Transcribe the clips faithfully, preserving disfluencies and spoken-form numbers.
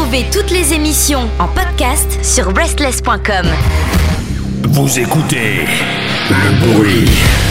Retrouvez toutes les émissions en podcast sur restless point com. Vous écoutez le bruit.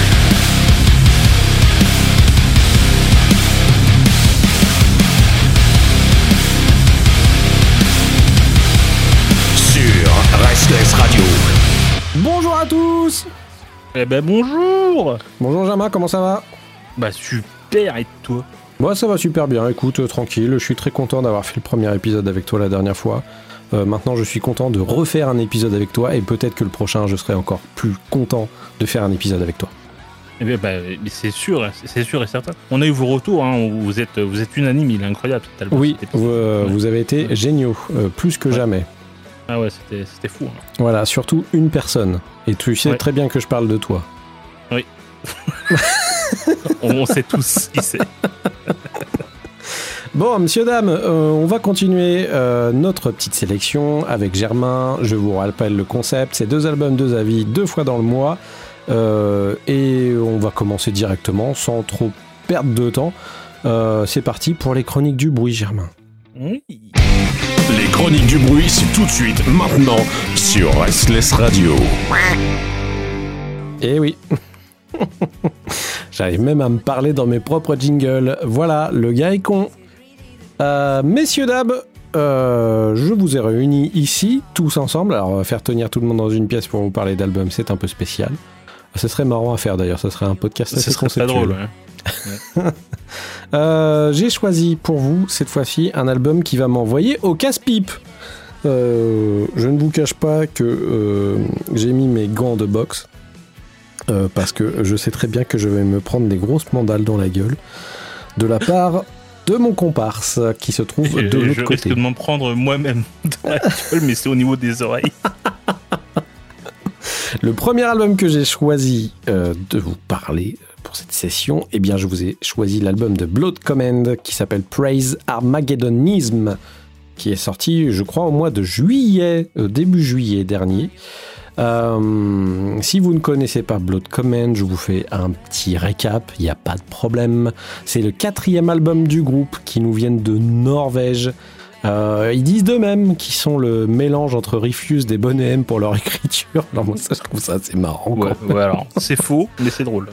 Sur Restless Radio. Bonjour à tous. Eh ben bonjour. Bonjour Germain, comment ça va? Bah super, et toi? Moi ça va super bien, écoute, euh, tranquille, je suis très content d'avoir fait le premier épisode avec toi la dernière fois. Euh, maintenant je suis content de refaire un épisode avec toi et peut-être que le prochain je serai encore plus content de faire un épisode avec toi. Eh bien, bah, c'est sûr, c'est sûr et certain. On a eu vos retours, hein, vous êtes, vous êtes unanimes, il est incroyable cet album. Oui, vous, euh, ouais. vous avez été ouais. géniaux, euh, plus que ouais. jamais. Ah ouais, c'était, c'était fou. Hein. Voilà, surtout une personne. Et tu sais ouais. très bien que je parle de toi. Oui. On sait tous qui c'est. Bon, messieurs, dames, euh, on va continuer euh, notre petite sélection avec Germain. Je vous rappelle le concept, c'est deux albums, deux avis, deux fois dans le mois. Euh, et on va commencer directement, sans trop perdre de temps. Euh, c'est parti pour les chroniques du bruit, Germain. Oui. Les chroniques du bruit, c'est tout de suite, maintenant, sur Restless Radio. Eh oui. J'arrive même à me parler dans mes propres jingles. Voilà, le gars est con. Euh, messieurs, dames, euh, je vous ai réunis ici, tous ensemble. Alors, faire tenir tout le monde dans une pièce pour vous parler d'albums, c'est un peu spécial. Ce serait marrant à faire d'ailleurs, ce serait un podcast assez conceptuel. Ce serait pas drôle, ouais. Ouais. euh, j'ai choisi pour vous, cette fois-ci, un album qui va m'envoyer au casse-pipe. Euh, je ne vous cache pas que euh, j'ai mis mes gants de boxe. Euh, parce que je sais très bien que je vais me prendre des grosses mandales dans la gueule de la part de mon comparse qui se trouve de je, l'autre je côté. Je risque de m'en prendre moi-même dans la gueule, mais c'est au niveau des oreilles. Le premier album que j'ai choisi euh, de vous parler pour cette session, eh bien je vous ai choisi l'album de Blood Command qui s'appelle Praise Armageddonism, qui est sorti, je crois, au mois de juillet, euh, début juillet dernier. Euh, si vous ne connaissez pas Blood Command, je vous fais un petit récap, il n'y a pas de problème. C'est le quatrième album du groupe qui nous vient de Norvège. Euh, ils disent d'eux-mêmes qu'ils sont le mélange entre Refused et Boney M pour leur écriture. Alors moi ça, je trouve ça assez marrant. Ouais, ouais, alors, c'est faux, mais c'est drôle.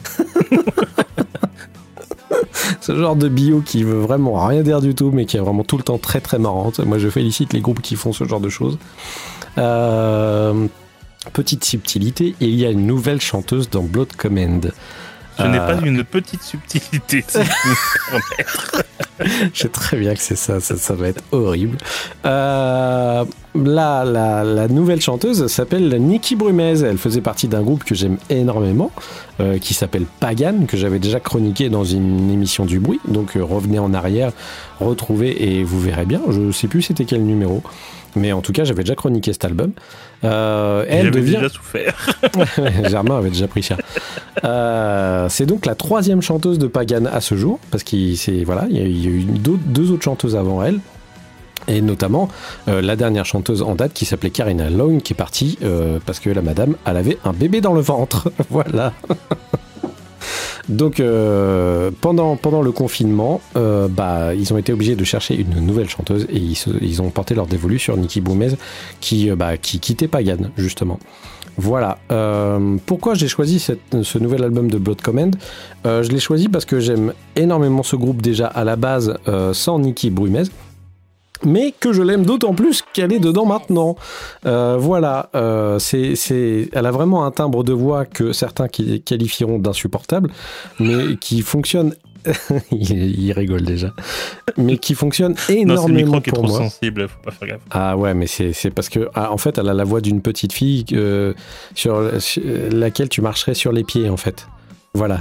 Ce genre de bio qui veut vraiment rien dire du tout, mais qui est vraiment tout le temps très très marrante. Moi je félicite les groupes qui font ce genre de choses. Euh... Petite subtilité, il y a une nouvelle chanteuse dans Blood Command. Ce euh... n'est pas une petite subtilité, si je peux me permettre. Je sais très bien que c'est ça, ça, ça va être horrible. Euh, la, la, la nouvelle chanteuse s'appelle Niki Brumez. Elle faisait partie d'un groupe que j'aime énormément, euh, qui s'appelle Pagan, que j'avais déjà chroniqué dans une émission du bruit. Donc euh, revenez en arrière, retrouvez et vous verrez bien. Je ne sais plus c'était quel numéro. Mais en tout cas, j'avais déjà chroniqué cet album. Euh, elle J'avais devient... déjà souffert. Germain avait déjà pris cher. Euh, c'est donc la troisième chanteuse de Pagan à ce jour, parce qu'il c'est, voilà, il y a, il y a eu deux, deux autres chanteuses avant elle, et notamment euh, la dernière chanteuse en date qui s'appelait Karina Long, qui est partie euh, parce que la madame, elle avait un bébé dans le ventre. Voilà. Donc euh, pendant, pendant le confinement, euh, bah, ils ont été obligés de chercher une nouvelle chanteuse et ils, se, ils ont porté leur dévolu sur Niki Brumez qui, euh, bah, qui quittait Pagan justement. Voilà. Euh, pourquoi j'ai choisi cette, ce nouvel album de Blood Command ? euh, Je l'ai choisi parce que j'aime énormément ce groupe déjà à la base euh, sans Niki Brumez, mais que je l'aime d'autant plus qu'elle est dedans maintenant. Euh, voilà, euh, c'est, c'est, elle a vraiment un timbre de voix que certains qui qualifieront d'insupportable, mais qui fonctionne. il, il rigole déjà, mais qui fonctionne énormément. Non, c'est le micro qui est trop moi. sensible, faut pas faire gaffe. Ah ouais, mais c'est, c'est parce que ah, en fait, elle a la voix d'une petite fille euh, sur, sur laquelle tu marcherais sur les pieds en fait. Voilà.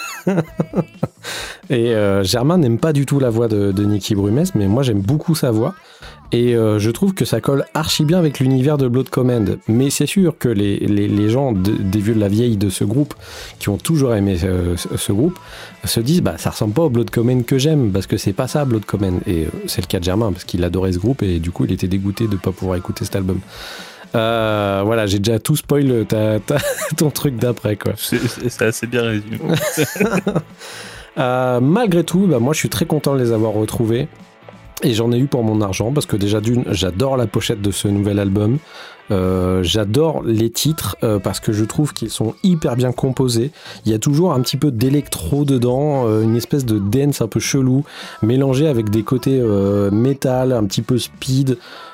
Et euh, Germain n'aime pas du tout la voix de, de Niki Brumez, mais moi j'aime beaucoup sa voix et euh, je trouve que ça colle archi bien avec l'univers de Blood Command. Mais c'est sûr que les, les, les gens de, des vieux de la vieille de ce groupe qui ont toujours aimé ce, ce groupe se disent bah ça ressemble pas au Blood Command que j'aime parce que c'est pas ça Blood Command. Et euh, c'est le cas de Germain parce qu'il adorait ce groupe et du coup il était dégoûté de pas pouvoir écouter cet album. Euh, voilà, j'ai déjà tout spoil ta, ta, ton truc d'après quoi. C'est, c'est, c'est assez bien résumé. euh, malgré tout, bah, moi je suis très content de les avoir retrouvés. Et j'en ai eu pour mon argent parce que déjà d'une, j'adore la pochette de ce nouvel album. Euh, j'adore les titres euh, parce que je trouve qu'ils sont hyper bien composés. Il y a toujours un petit peu d'électro dedans, euh, une espèce de dance un peu chelou, mélangé avec des côtés euh, métal, un petit peu speed.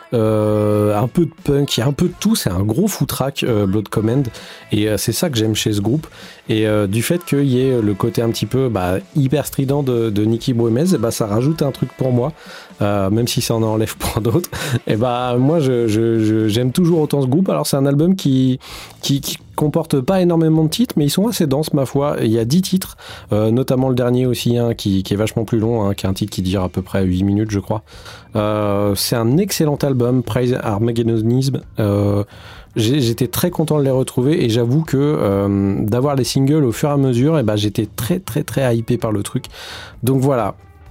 Euh, un peu de punk, il y a un peu de tout, c'est un gros foutraque euh, Blood Command et euh, c'est ça que j'aime chez ce groupe et euh, du fait qu'il y ait le côté un petit peu bah, hyper strident de, de Nicky Bouémez, bah, ça rajoute un truc pour moi euh, même si ça en enlève pour d'autres et bah moi je, je, je, j'aime toujours autant ce groupe. Alors c'est un album qui, qui, qui comporte pas énormément de titres mais ils sont assez denses ma foi, il y a dix titres euh, notamment le dernier aussi hein, qui, qui est vachement plus long hein, qui est un titre qui dure à peu près huit minutes je crois. Euh, c'est un excellent album, Praise Armagedonism. Euh, j'ai, j'étais très content de les retrouver et j'avoue que euh, d'avoir les singles au fur et à mesure, et ben, j'étais très très très hypé par le truc. Donc voilà.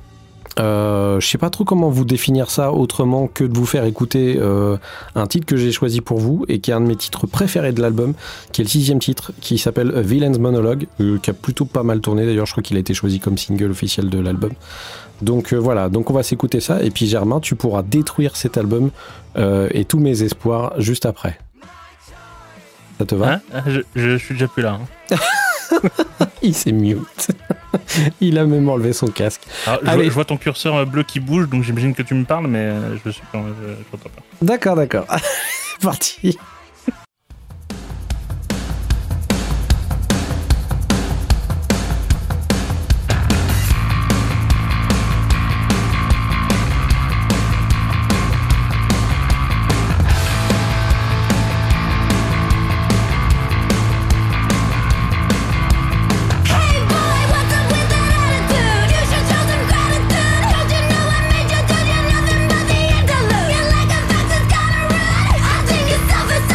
Euh, je sais pas trop comment vous définir ça autrement que de vous faire écouter euh, un titre que j'ai choisi pour vous et qui est un de mes titres préférés de l'album, qui est le sixième titre, qui s'appelle A Villain's Monologue, euh, qui a plutôt pas mal tourné d'ailleurs, je crois qu'il a été choisi comme single officiel de l'album. Donc euh, voilà, donc on va s'écouter ça et puis Germain, tu pourras détruire cet album euh, et tous mes espoirs juste après. Ça te va ? Hein je, je suis déjà plus là. Hein. Il s'est mute. Il a même enlevé son casque. Alors, je, vois, je vois ton curseur bleu qui bouge, donc j'imagine que tu me parles, mais je suis pas, je, je t'entends pas. D'accord, d'accord. C'est parti. Yourself is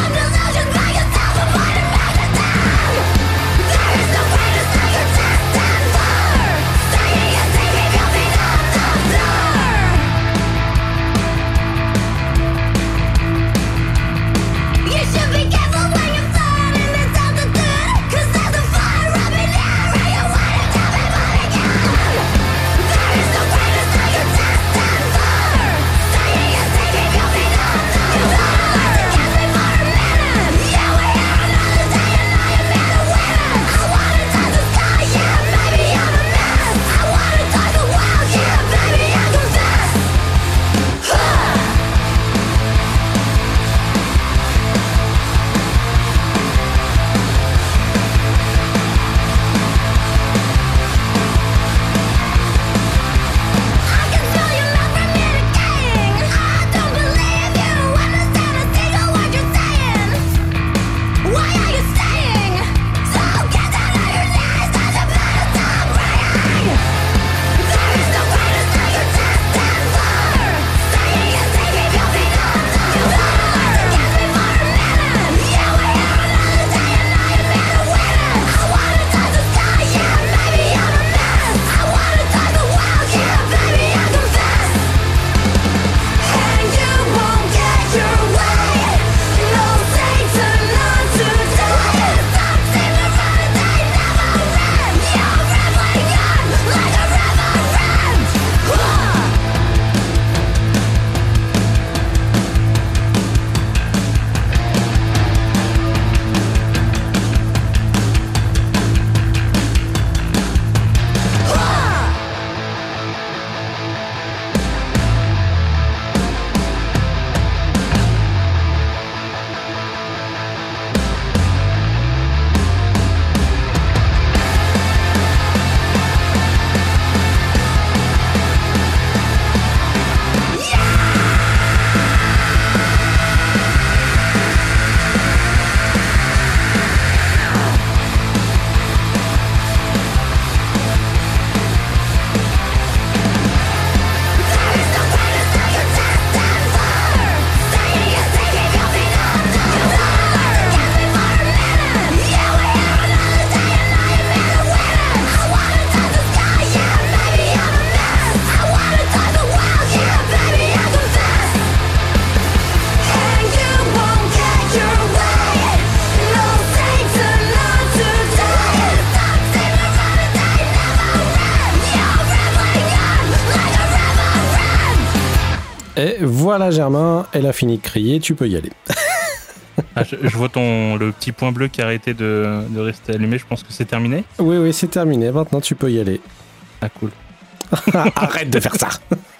Et voilà Germain, elle a fini de crier, tu peux y aller. Ah, je, je vois ton, le petit point bleu qui a arrêté de, de rester allumé, je pense que c'est terminé. Oui, oui, c'est terminé, maintenant tu peux y aller. Ah cool. Arrête de faire ça.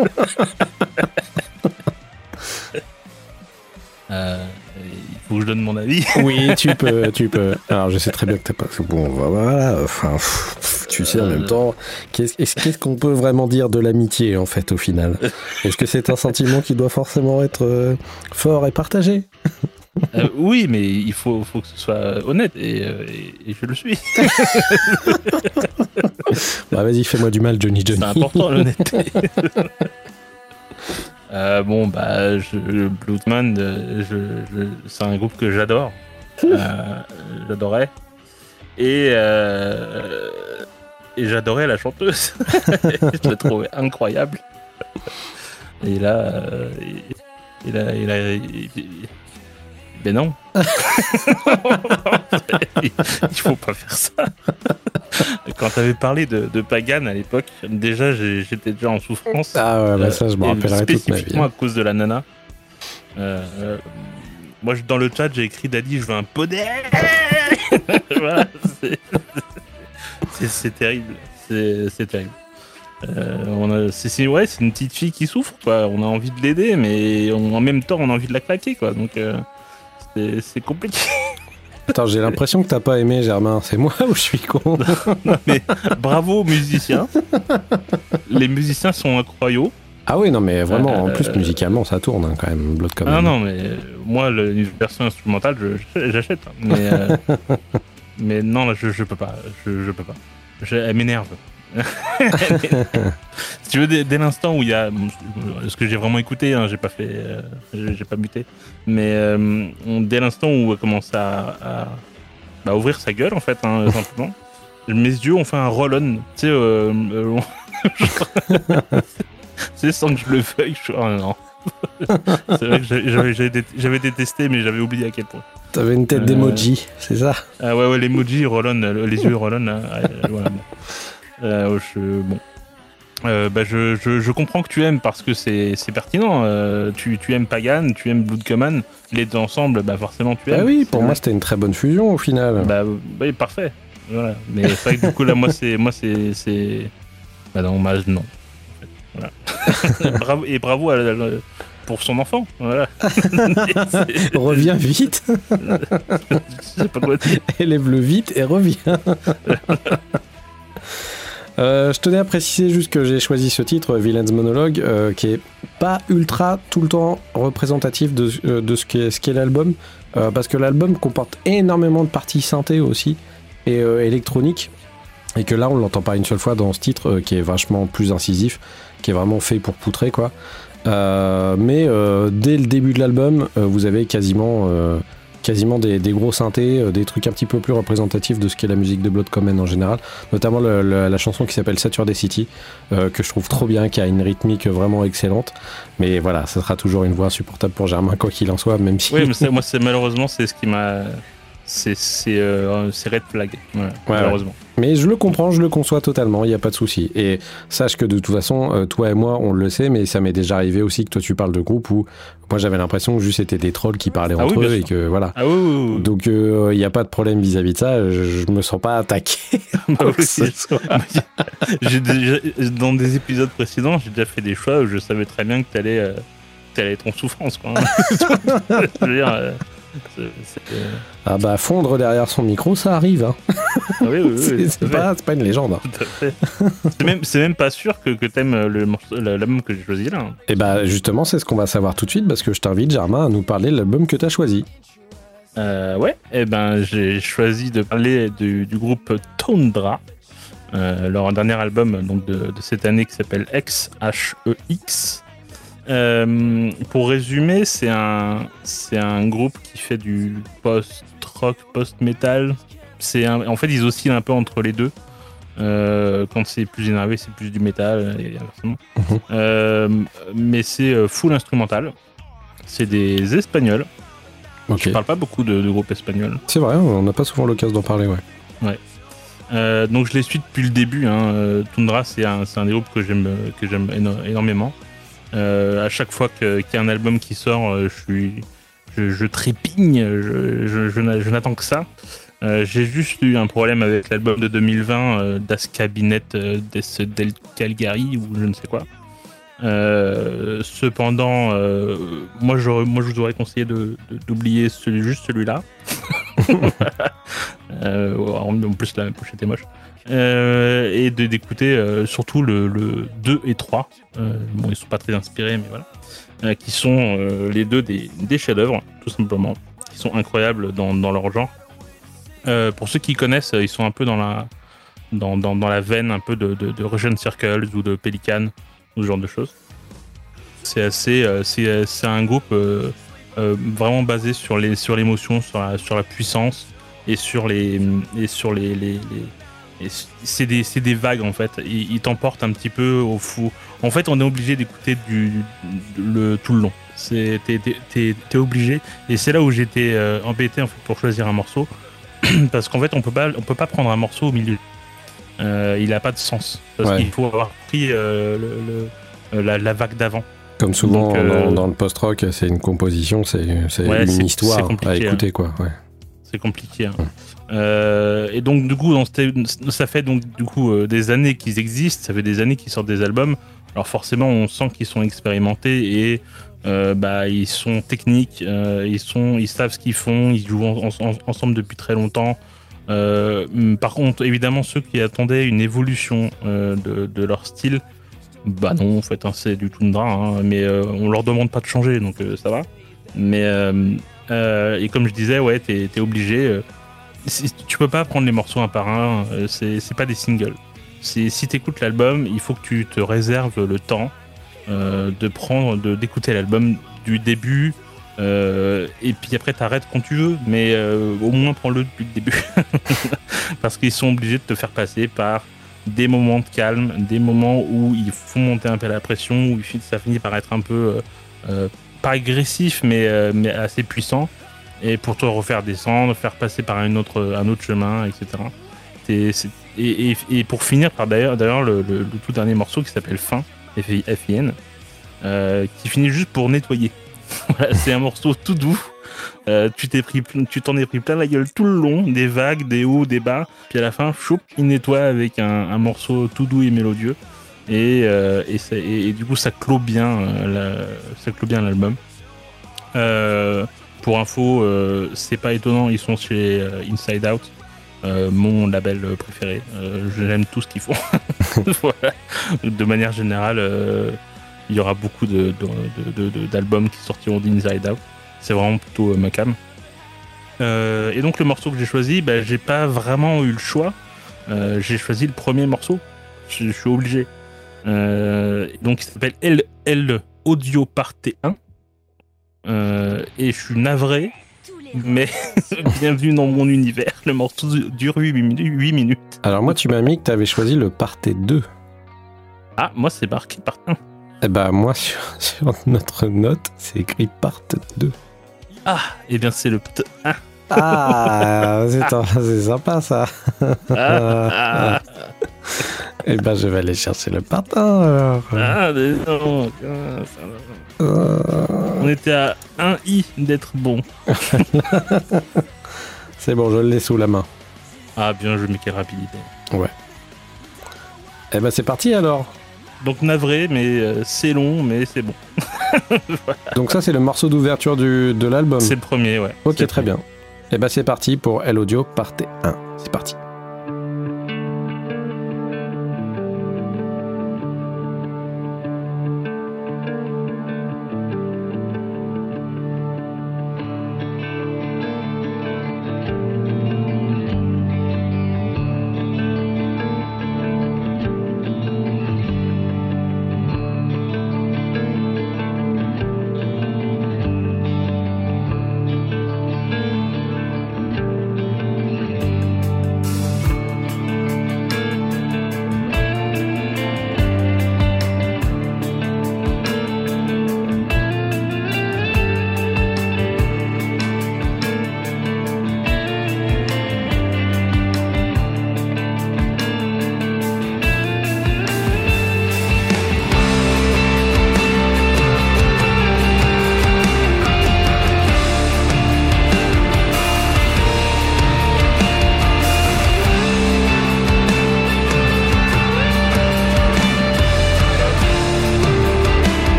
euh, il faut que je donne mon avis. Oui, tu peux, tu peux. Alors je sais très bien que t'as pas... Bon, voilà, enfin, pff, tu sais en même temps, qu'est-ce, qu'est-ce qu'on peut vraiment dire de l'amitié en fait au final ? Est-ce que c'est un sentiment qui doit forcément être euh, fort et partagé ? Euh, oui, mais il faut, faut que ce soit honnête, et, euh, et, et je le suis. Bah vas-y, fais-moi du mal, Johnny Johnny. C'est important, l'honnêteté. euh, bon, bah, je, Bloodman, je, je, c'est un groupe que j'adore. Euh, j'adorais. Et, euh, et j'adorais la chanteuse. Je la trouvais incroyable. Et là... Euh, et, et là... Et là et, et, mais non. Il faut pas faire ça. Quand t'avais parlé de, de Pagan à l'époque, déjà j'ai, j'étais déjà en souffrance. Ah ouais, bah ça je me rappellerai toute ma vie. Spécifiquement à cause de la nana. Euh, euh, moi je, dans le chat j'ai écrit Daddy je veux un poney. Voilà, c'est, c'est, c'est terrible. C'est, c'est terrible. Euh, on a, c'est, c'est, ouais, c'est une petite fille qui souffre, quoi. On a envie de l'aider, mais on, en même temps on a envie de la claquer, quoi. Donc euh, c'est, c'est compliqué. Attends, j'ai l'impression que t'as pas aimé Germain. C'est moi ou je suis con ? Non, non, mais bravo aux musiciens. Les musiciens sont incroyables. Ah oui, non, mais vraiment, Euh, en plus, musicalement, ça tourne hein, quand même, Blood Common. Ah non, mais euh, moi, le, une version instrumentale, je, j'achète. Hein. Mais, euh, mais non, là, je, je peux pas. Je, je peux pas. Je, elle m'énerve. Si tu veux, dès, dès l'instant où il y a ce que j'ai vraiment écouté, hein, j'ai pas fait, euh, j'ai, j'ai pas muté, mais euh, dès l'instant où elle commence à, à bah, ouvrir sa gueule en fait, hein, simplement, mes yeux ont fait un roll-on, tu sais, euh, euh, c'est sans que je le veuille, je... oh, non. C'est vrai que j'avais, j'avais, j'avais détesté, mais j'avais oublié à quel point. T'avais une tête euh... d'emoji, c'est ça ? Ah ouais, ouais, l'emoji roll-on, les yeux roll-on, euh, voilà. Bon. Euh, je, bon. Euh, bah je, je, je comprends que tu aimes parce que c'est, c'est pertinent. Euh, tu, tu aimes Pagan, tu aimes Blood Common, les deux ensemble, bah forcément tu aimes. Bah oui, c'est pour vrai. moi c'était une très bonne fusion au final. Bah oui, parfait. Voilà. Mais c'est vrai que du coup là, moi c'est, moi c'est, c'est, bah non, bah, non. Voilà. Bravo et bravo à, à, à, pour son enfant. Voilà. Reviens vite. Je sais pas quoi dire. Élève-le vite et reviens. Euh, je tenais à préciser juste que j'ai choisi ce titre, Villain's Monologue, euh, qui est pas ultra tout le temps représentatif de, euh, de ce, qu'est, ce qu'est l'album, euh, parce que l'album comporte énormément de parties synthé aussi, et euh, électronique, et que là on l'entend pas une seule fois dans ce titre, euh, qui est vachement plus incisif, qui est vraiment fait pour poutrer, quoi. Euh, mais euh, dès le début de l'album, euh, vous avez quasiment... Euh, quasiment des, des gros synthés, euh, des trucs un petit peu plus représentatifs de ce qu'est la musique de Blood Common en général, notamment le, le, la chanson qui s'appelle Saturday City, euh, que je trouve trop bien, qui a une rythmique vraiment excellente, mais voilà, ça sera toujours une voix insupportable pour Germain quoi qu'il en soit, même si... Oui, mais c'est, moi c'est, malheureusement c'est ce qui m'a... C'est, c'est, euh, c'est red flag, voilà, ouais, malheureusement. Ouais. Mais je le comprends, je le conçois totalement, il n'y a pas de souci. Et sache que de toute façon, euh, toi et moi, on le sait, mais ça m'est déjà arrivé aussi que toi tu parles de groupe où moi j'avais l'impression que juste c'était des trolls qui parlaient ah entre oui, eux et que voilà. Ah oui, oui, oui. Donc il euh, n'y a pas de problème vis-à-vis de ça, je, je me sens pas attaqué. Bah oui, j'ai déjà, dans des épisodes précédents, j'ai déjà fait des choix où je savais très bien que t'allais, euh, t'allais être en souffrance, quoi. Je veux dire... Euh... C'est, c'est, euh... Ah bah fondre derrière son micro ça arrive hein. Ah oui, oui, oui, c'est, c'est, pas, c'est pas une légende hein. Tout à fait. c'est, même, c'est même pas sûr que, que t'aimes le morceau, l'album que j'ai choisi là hein. Et bah justement c'est ce qu'on va savoir tout de suite parce que je t'invite Germain à nous parler de l'album que t'as choisi. euh, Ouais, et ben j'ai choisi de parler du, du groupe Tundra, euh, leur dernier album donc, de, de cette année qui s'appelle X H E X. Euh, pour résumer, c'est un, c'est un groupe qui fait du post-rock, post-metal. C'est un, en fait, ils oscillent un peu entre les deux. Euh, quand c'est plus énervé, c'est plus du métal, et inversement. Mm-hmm. Euh, mais c'est full instrumental. C'est des Espagnols. Okay. Je parle pas beaucoup de, de groupes espagnols. C'est vrai, on n'a pas souvent l'occasion d'en parler, ouais. Ouais. Euh, donc je les suis depuis le début. Hein. Tundra, c'est un, c'est un des groupes que j'aime, que j'aime éno- énormément. Euh, à chaque fois que, qu'il y a un album qui sort, euh, je suis, je, je trépigne, je, je, je, je n'attends que ça. Euh, j'ai juste eu un problème avec l'album de deux mille vingt euh, Das Cabinet euh, des del Calgary ou je ne sais quoi. Euh, cependant, euh, moi, je, moi je vous aurais conseillé de, de, d'oublier celui, juste celui-là. euh, en plus, la pochette est moche. Euh, et de, d'écouter euh, surtout le, le deux et trois. Euh, bon, ils sont pas très inspirés, mais voilà. Euh, qui sont euh, les deux des, des chefs-d'œuvre, tout simplement. Qui sont incroyables dans, dans leur genre. Euh, pour ceux qui connaissent, ils sont un peu dans la, dans, dans, dans la veine un peu de, de, de Russian Circles ou de Pelican, ou ce genre de choses. C'est assez, euh, c'est, c'est un groupe euh, euh, vraiment basé sur, les, sur l'émotion, sur la, sur la puissance et sur les, et sur les, les, les et c'est, des, c'est des vagues en fait. Ils, ils t'emportent un petit peu au fou. En fait, on est obligé d'écouter du, le, tout le long. C'est, t'es, t'es, t'es, t'es obligé. Et c'est là où j'étais euh, embêté en fait, pour choisir un morceau. Parce qu'en fait, on peut pas, on peut pas prendre un morceau au milieu. Euh, il a pas de sens. Parce ouais. qu'il faut avoir pris euh, le, le, la, la vague d'avant. Comme souvent Donc, euh, dans, dans le post-rock, c'est une composition, c'est, c'est ouais, une c'est, histoire c'est à écouter, quoi. Ouais. C'est compliqué. Hein. Ouais. Euh, et donc, du coup, dans cette, ça fait donc du coup euh, des années qu'ils existent. Ça fait des années qu'ils sortent des albums. Alors forcément, on sent qu'ils sont expérimentés et Euh, bah, ils sont techniques, euh, ils, sont, ils savent ce qu'ils font, ils jouent en, en, ensemble depuis très longtemps. Euh, par contre, évidemment, ceux qui attendaient une évolution euh, de, de leur style, bah non, en fait, hein, c'est du Toundra, hein, mais euh, on leur demande pas de changer, donc euh, ça va. Mais euh, euh, et comme je disais, ouais, t'es, t'es obligé. Euh, tu peux pas prendre les morceaux un par un, euh, c'est, c'est pas des singles. C'est, si t'écoutes l'album, il faut que tu te réserves le temps. Euh, de prendre, de, d'écouter l'album du début euh, et puis après t'arrêtes quand tu veux, mais euh, au moins prends-le depuis le début parce qu'ils sont obligés de te faire passer par des moments de calme, des moments où ils font monter un peu la pression, où ça finit par être un peu euh, euh, pas agressif mais, euh, mais assez puissant et pour te refaire descendre, faire passer par un autre, un autre chemin, et cetera. C'est, c'est, et, et, et pour finir par d'ailleurs, d'ailleurs le, le, le tout dernier morceau qui s'appelle Fin, F I N, euh, qui finit juste pour nettoyer. Voilà, c'est un morceau tout doux. Euh, tu t'es pris, tu t'en es pris plein la gueule tout le long, des vagues, des hauts, des bas. Puis à la fin, choup, il nettoie avec un, un morceau tout doux et mélodieux. Et, euh, et, ça, et, et du coup, ça clôt bien, euh, la, ça clôt bien l'album. Euh, pour info, euh, c'est pas étonnant, ils sont chez euh, Inside Out. Euh, mon label préféré, euh, j'aime tout ce qu'ils font. Voilà. De manière générale, euh, il y aura beaucoup de, de, de, de, d'albums qui sortiront d'Inside Out. C'est vraiment plutôt euh, ma cam. Euh, et donc le morceau que j'ai choisi, bah, j'ai pas vraiment eu le choix. Euh, j'ai choisi le premier morceau. Je, je suis obligé. Euh, donc il s'appelle L L Audio Partie un. Euh, et je suis navré. Mais bienvenue dans mon univers. Le morceau dure huit minutes. Alors moi tu m'as mis que tu avais choisi le partie deux. Ah, moi c'est marqué part un. Eh ben moi sur, sur notre note c'est écrit part deux. Ah, et bien c'est le part un. Ah, c'est, ah. c'est sympa ça. Ah, ah. Eh ben je vais aller chercher le part un alors. Ah, mais non. Euh... On était à un i d'être bon. C'est bon, je l'ai sous la main. Ah bien, je mets quelle rapidité. Ouais. Eh ben c'est parti alors. Donc navré, mais euh, c'est long, mais c'est bon. Voilà. Donc ça c'est le morceau d'ouverture du, de l'album. C'est le premier, ouais. Ok, c'est très bien. Eh ben c'est parti pour L Audio partie un. C'est parti.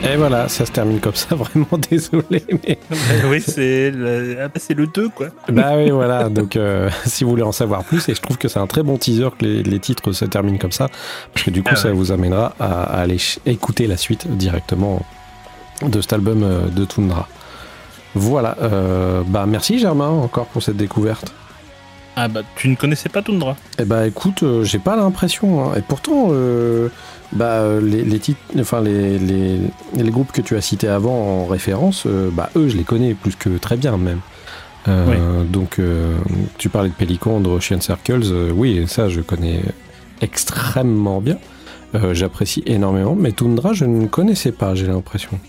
Et voilà, ça se termine comme ça, vraiment désolé. Mais... bah, oui, c'est le... Ah, bah, c'est le deux, quoi. Bah oui, voilà, donc euh, si vous voulez en savoir plus, et je trouve que c'est un très bon teaser que les, les titres se terminent comme ça, parce que du coup, ah, ça ouais. vous amènera à, à aller ch- écouter la suite directement de cet album euh, de Toundra. Voilà, euh, bah merci Germain encore pour cette découverte. Ah bah tu ne connaissais pas Toundra? Eh bah écoute, euh, j'ai pas l'impression, hein. Et pourtant euh, bah les, les titres, enfin les, les, les groupes que tu as cités avant en référence, euh, bah eux je les connais plus que très bien même. Euh, oui. Donc euh, tu parlais de Pelican, de Ocean Circles, euh, oui ça je connais extrêmement bien, euh, j'apprécie énormément, mais Toundra je ne connaissais pas, j'ai l'impression.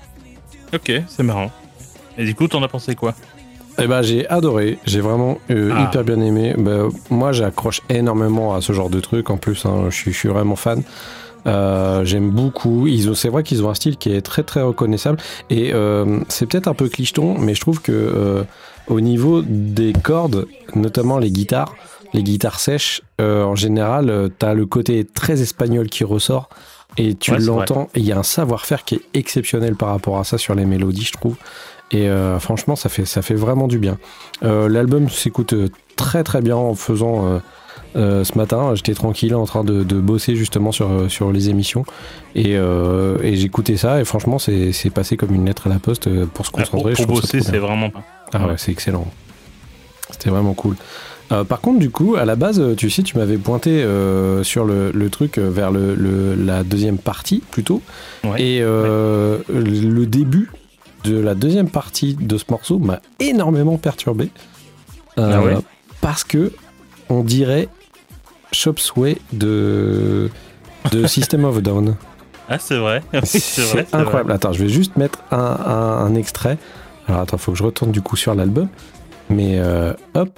Ok, c'est marrant. Et du coup t'en as pensé quoi? Eh ben, j'ai adoré, j'ai vraiment euh, ah. hyper bien aimé. Ben, moi, j'accroche énormément à ce genre de truc. En plus, hein, je, suis, je suis vraiment fan. Euh, j'aime beaucoup. Ils ont, c'est vrai qu'ils ont un style qui est très très reconnaissable. Et euh, c'est peut-être un peu clicheton, mais je trouve que euh, au niveau des cordes, notamment les guitares, les guitares sèches, euh, en général, euh, t'as le côté très espagnol qui ressort. Et tu ouais, l'entends. Et il y a un savoir-faire qui est exceptionnel par rapport à ça sur les mélodies, je trouve. Et euh, franchement, ça fait, ça fait vraiment du bien. Euh, l'album s'écoute très très bien en faisant... Euh, euh, ce matin, j'étais tranquille en train de, de bosser justement sur, sur les émissions. Et, euh, et j'écoutais ça et franchement, c'est, c'est passé comme une lettre à la poste pour se concentrer. Pour, pour bosser, c'est vraiment pas. Ah ouais, c'est excellent. C'était vraiment cool. Euh, par contre, du coup, à la base, tu sais, tu m'avais pointé euh, sur le, le truc vers le, le, la deuxième partie, plutôt. Ouais, et euh, ouais. le début de la deuxième partie de ce morceau m'a énormément perturbé. Euh, ah ouais. Parce que on dirait Chop's Way de, de System of a Down. Ah, c'est vrai. Oui, c'est, c'est vrai, c'est incroyable. Vrai. Attends, je vais juste mettre un, un, un extrait. Alors, attends, faut que je retourne du coup sur l'album. Mais euh, hop.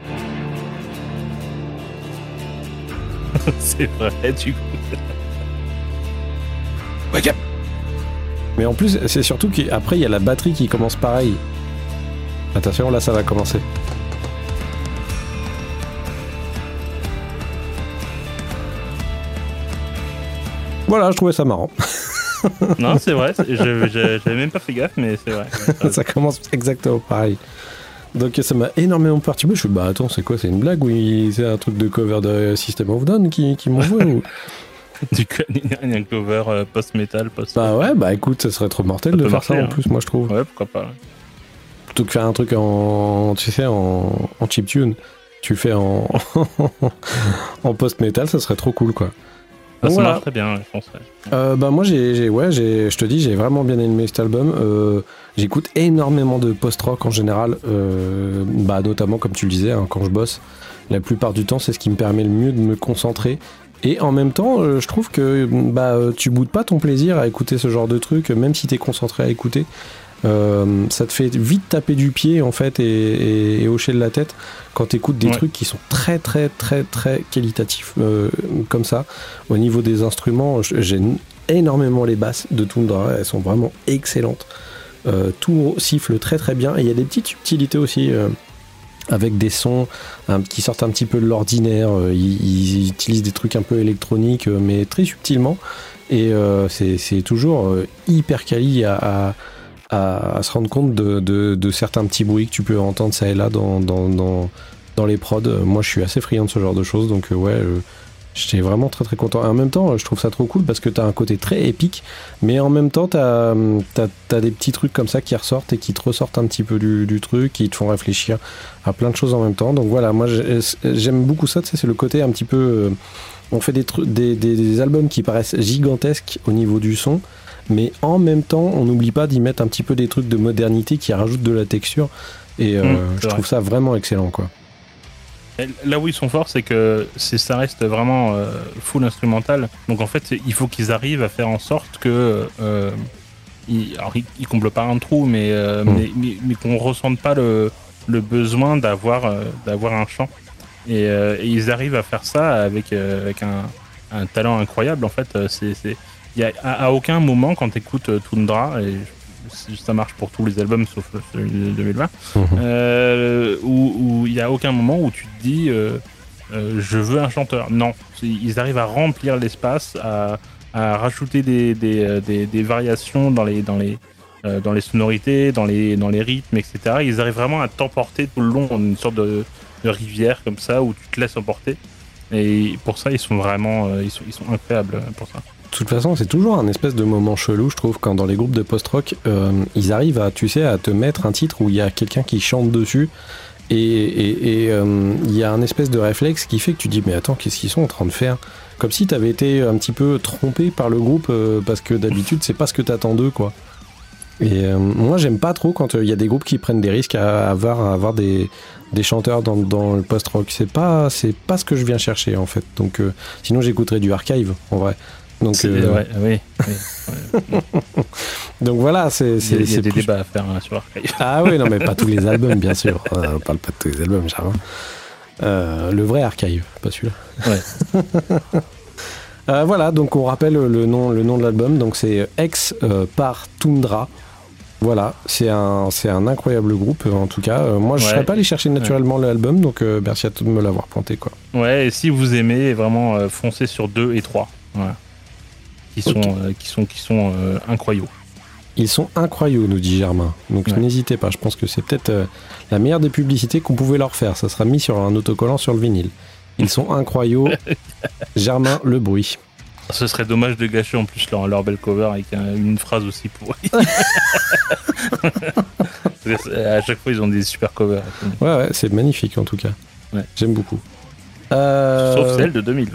C'est vrai, du coup. Wake up! Mais en plus, c'est surtout qu'après, il y a la batterie qui commence pareil. Attention, là, ça va commencer. Voilà, je trouvais ça marrant. Non, c'est vrai, je, je, j'avais même pas fait gaffe, mais c'est vrai. Ouais, ça commence exactement pareil. Donc ça m'a énormément perturbé. Je me suis dit, bah attends, c'est quoi? C'est une blague ou c'est un truc de cover de System of a Down qui, qui m'envoie ou... Du coup, il y a un cover euh, post-metal, post Bah ouais, bah écoute, ça serait trop mortel ça de faire marcher, ça en hein. plus, moi je trouve. Ouais, pourquoi pas. Plutôt que faire un truc en, tu sais, en, en chiptune, tu fais en, en post-metal, ça serait trop cool, quoi. Ah, ça voilà. marche très bien, je pense. Ouais. Euh, bah moi, j'ai, j'ai, ouais, j'ai, je te dis, j'ai vraiment bien aimé cet album. Euh, j'écoute énormément de post-rock en général, euh, bah notamment comme tu le disais, hein, quand je bosse. La plupart du temps, c'est ce qui me permet le mieux de me concentrer. Et en même temps, euh, je trouve que bah, tu boudes pas ton plaisir à écouter ce genre de truc, même si t'es concentré à écouter. Euh, ça te fait vite taper du pied en fait et, et, et hocher de la tête quand t'écoutes des ouais. trucs qui sont très très très très qualitatifs euh, comme ça. Au niveau des instruments, j'aime énormément les basses de Toundra, elles sont vraiment excellentes. Euh, tout siffle très très bien et il y a des petites subtilités aussi. Euh, avec des sons hein, qui sortent un petit peu de l'ordinaire, euh, ils, ils utilisent des trucs un peu électroniques euh, mais très subtilement et euh, c'est, c'est toujours euh, hyper quali à, à, à, à se rendre compte de, de, de certains petits bruits que tu peux entendre ça et là dans, dans, dans, dans les prods. Moi je suis assez friand de ce genre de choses donc euh, ouais euh, j'étais vraiment très très content. Et en même temps, je trouve ça trop cool parce que t'as un côté très épique, mais en même temps, t'as, t'as, t'as des petits trucs comme ça qui ressortent et qui te ressortent un petit peu du, du truc, qui te font réfléchir à plein de choses en même temps. Donc voilà, moi j'aime beaucoup ça, tu sais, c'est le côté un petit peu... Euh, on fait des, tru- des, des, des albums qui paraissent gigantesques au niveau du son, mais en même temps, on n'oublie pas d'y mettre un petit peu des trucs de modernité qui rajoutent de la texture. Et euh, mmh, je vrai. trouve ça vraiment excellent, quoi. Là où ils sont forts, c'est que c'est, ça reste vraiment euh, full instrumental. Donc en fait, il faut qu'ils arrivent à faire en sorte que... Euh, ils, alors, ils, ils comblent pas un trou, mais, euh, mmh. mais, mais, mais qu'on ressente pas le, le besoin d'avoir, euh, d'avoir un chant. Et, euh, et ils arrivent à faire ça avec, euh, avec un, un talent incroyable. En fait, c'est, c'est, y a, à, à aucun moment, quand tu écoutes Toundra, et ça marche pour tous les albums sauf celui de deux mille vingt, mmh. euh, où il n'y a aucun moment où tu te dis euh, euh, je veux un chanteur. Non, ils arrivent à remplir l'espace, à, à rajouter des, des, des, des variations dans les, dans, les, euh, dans les sonorités, dans les, dans les rythmes, et cetera. Ils arrivent vraiment à t'emporter tout le long, en une sorte de, de rivière comme ça, où tu te laisses emporter. Et pour ça, ils sont vraiment euh, ils sont, ils sont incroyables pour ça. De toute façon, c'est toujours un espèce de moment chelou, je trouve, quand dans les groupes de post-rock, euh, ils arrivent à, tu sais, à te mettre un titre où il y a quelqu'un qui chante dessus, et il et, et, euh, y a un espèce de réflexe qui fait que tu dis, mais attends, qu'est-ce qu'ils sont en train de faire ? Comme si t'avais été un petit peu trompé par le groupe, euh, parce que d'habitude, c'est pas ce que t'attends d'eux, quoi. Et euh, moi, j'aime pas trop quand il euh, y a des groupes qui prennent des risques à avoir, à avoir des, des chanteurs dans, dans le post-rock. C'est pas, c'est pas ce que je viens chercher, en fait. Donc, euh, sinon, j'écouterais du Archive, en vrai. Donc, c'est, euh... ouais, oui, oui, ouais. Donc voilà, c'est, c'est, il y a, il y a c'est des plus... débats à faire hein, sur Archive. Ah oui, non, mais pas tous les albums, bien sûr. Euh, on parle pas de tous les albums, Germain. Euh, le vrai Archive, pas celui-là. Ouais. euh, voilà, donc on rappelle le nom, le nom de l'album. Donc c'est X euh, par Tundra. Voilà, c'est un, c'est un incroyable groupe en tout cas. Euh, moi, je ne ouais. serais pas allé chercher naturellement ouais. l'album, donc euh, merci à tous de me l'avoir pointé, quoi. Ouais, et si vous aimez, vraiment euh, foncez sur deux et trois. Voilà. Qui sont, okay. euh, qui sont, qui sont euh, incroyables. Ils sont incroyables, nous dit Germain. Donc ouais. n'hésitez pas, je pense que c'est peut-être euh, la meilleure des publicités qu'on pouvait leur faire. Ça sera mis sur un autocollant sur le vinyle. Ils sont incroyables. Germain, le bruit. Ce serait dommage de gâcher en plus leur, leur belle cover avec un, une phrase aussi pourrie. À chaque fois, ils ont des super covers. Ouais, ouais, c'est magnifique en tout cas. Ouais. J'aime beaucoup. Euh... Sauf celle de deux mille.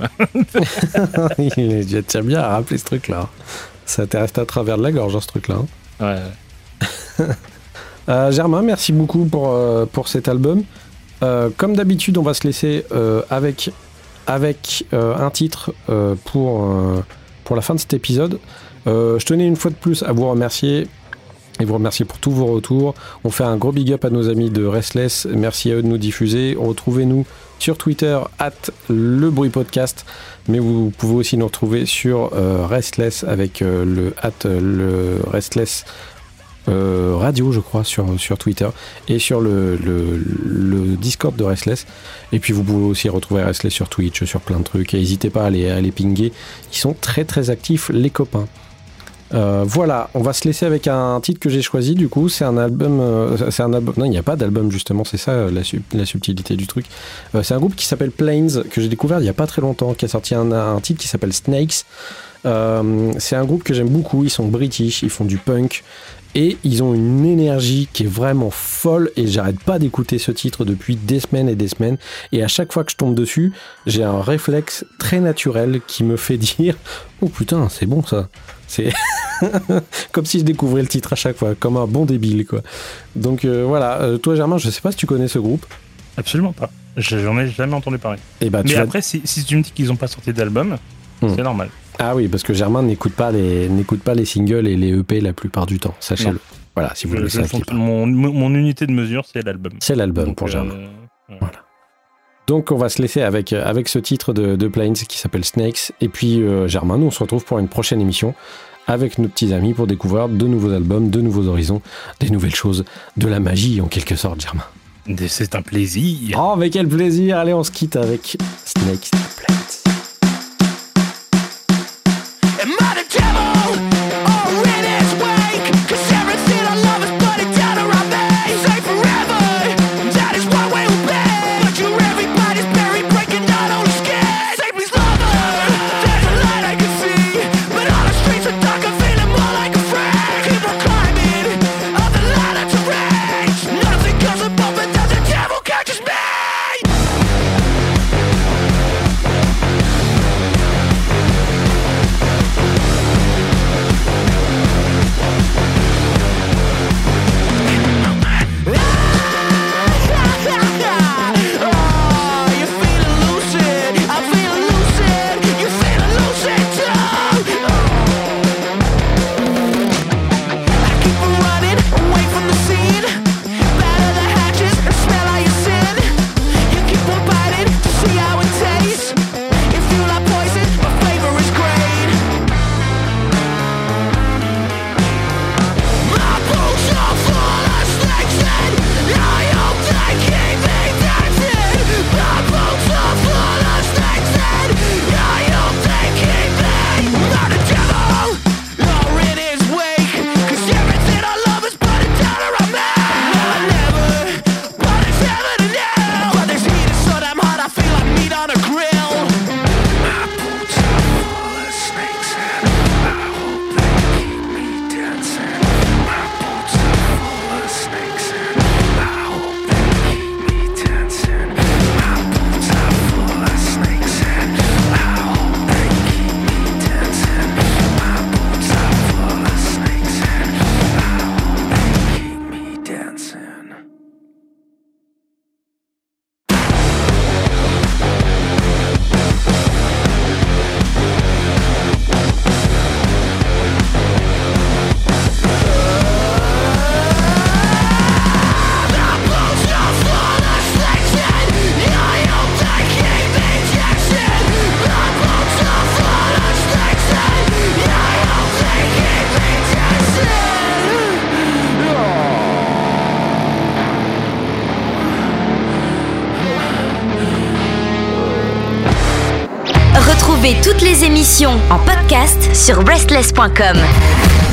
Il tient bien à rappeler ce truc-là. Ça t'est resté à travers de la gorge, ce truc-là. Hein. Ouais. euh, Germain, merci beaucoup pour, euh, pour cet album. Euh, comme d'habitude, on va se laisser euh, avec, avec euh, un titre euh, pour, euh, pour la fin de cet épisode. Euh, je tenais une fois de plus à vous remercier et vous remercier pour tous vos retours. On fait un gros big up à nos amis de Restless. Merci à eux de nous diffuser. Retrouvez-nous sur Twitter at le bruit podcast, mais vous pouvez aussi nous retrouver sur euh, Restless avec euh, le at le Restless euh, radio, je crois, sur, sur Twitter, et sur le, le, le Discord de Restless. Et puis vous pouvez aussi retrouver Restless sur Twitch, sur plein de trucs, et n'hésitez pas à les, à les pinguer. Ils sont très très actifs, les copains. Euh, voilà, on va se laisser avec un titre que j'ai choisi. Du coup, c'est un album. Euh, c'est un album. Non, il n'y a pas d'album justement. C'est ça euh, la, sub, la subtilité du truc. Euh, c'est un groupe qui s'appelle Plains que j'ai découvert il n'y a pas très longtemps, qui a sorti un, un titre qui s'appelle Snakes. Euh, c'est un groupe que j'aime beaucoup. Ils sont british, ils font du punk et ils ont une énergie qui est vraiment folle. Et j'arrête pas d'écouter ce titre depuis des semaines et des semaines. Et à chaque fois que je tombe dessus, j'ai un réflexe très naturel qui me fait dire oh putain, c'est bon ça. C'est comme si je découvrais le titre à chaque fois, comme un bon débile, quoi. Donc euh, voilà, euh, toi Germain, je sais pas si tu connais ce groupe. Absolument pas, j'en ai jamais entendu parler. Et bah, Mais vas... après, si, si tu me dis qu'ils ont pas sorti d'album, hmm. c'est normal. Ah oui, parce que Germain n'écoute pas les, n'écoute pas les singles et les E P la plupart du temps, sachez-le. Non. Voilà, si vous je, le saviez pas. Mon, mon unité de mesure, c'est l'album. C'est l'album Donc, pour Germain. Euh, ouais. Voilà. Donc on va se laisser avec, avec ce titre de, de Plains qui s'appelle Snakes. Et puis euh, Germain, nous on se retrouve pour une prochaine émission avec nos petits amis pour découvrir de nouveaux albums, de nouveaux horizons, des nouvelles choses, de la magie en quelque sorte, Germain. C'est un plaisir. Oh mais quel plaisir. Allez, on se quitte avec Snakes de Plains. Retrouvez toutes les émissions en podcast sur restless point com.